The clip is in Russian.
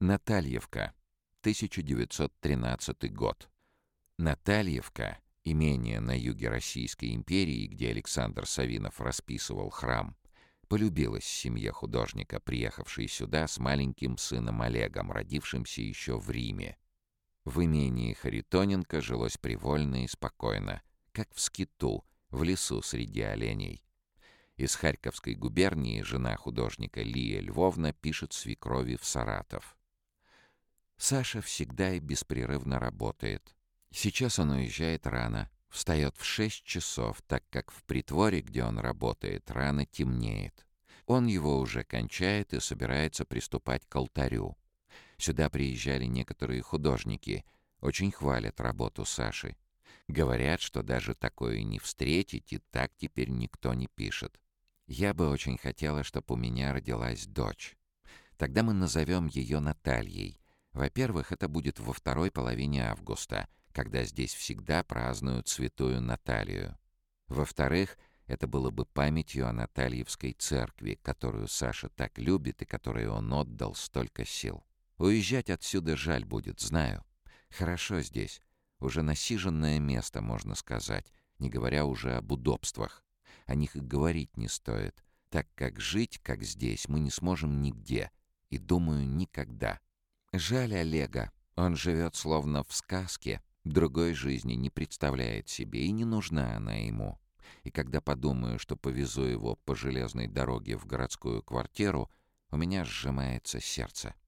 Натальевка, 1913 год. Натальевка, имение на юге Российской империи, где Александр Савинов расписывал храм, полюбилась семье художника, приехавшей сюда с маленьким сыном Олегом, родившимся еще в Риме. В имении Харитоненко жилось привольно и спокойно, как в скиту, в лесу среди оленей. Из Харьковской губернии жена художника Лия Львовна пишет свекрови в Саратов. Саша всегда и беспрерывно работает. Сейчас он уезжает рано, встает в 6 часов, так как в притворе, где он работает, рано темнеет. Он его уже кончает и собирается приступать к алтарю. Сюда приезжали некоторые художники, очень хвалят работу Саши. Говорят, что даже такое не встретить, и так теперь никто не пишет. Я бы очень хотела, чтобы у меня родилась дочь. Тогда мы назовем ее Натальей. Во-первых, это будет во второй половине августа, когда здесь всегда празднуют Святую Наталью. Во-вторых, это было бы памятью о Натальевской церкви, которую Саша так любит и которой он отдал столько сил. Уезжать отсюда жаль будет, знаю. Хорошо здесь. Уже насиженное место, можно сказать, не говоря уже об удобствах. О них и говорить не стоит, так как жить, как здесь, мы не сможем нигде, и, думаю, никогда. Жаль Олега. Он живет словно в сказке, другой жизни не представляет себе, и не нужна она ему. И когда подумаю, что повезу его по железной дороге в городскую квартиру, у меня сжимается сердце.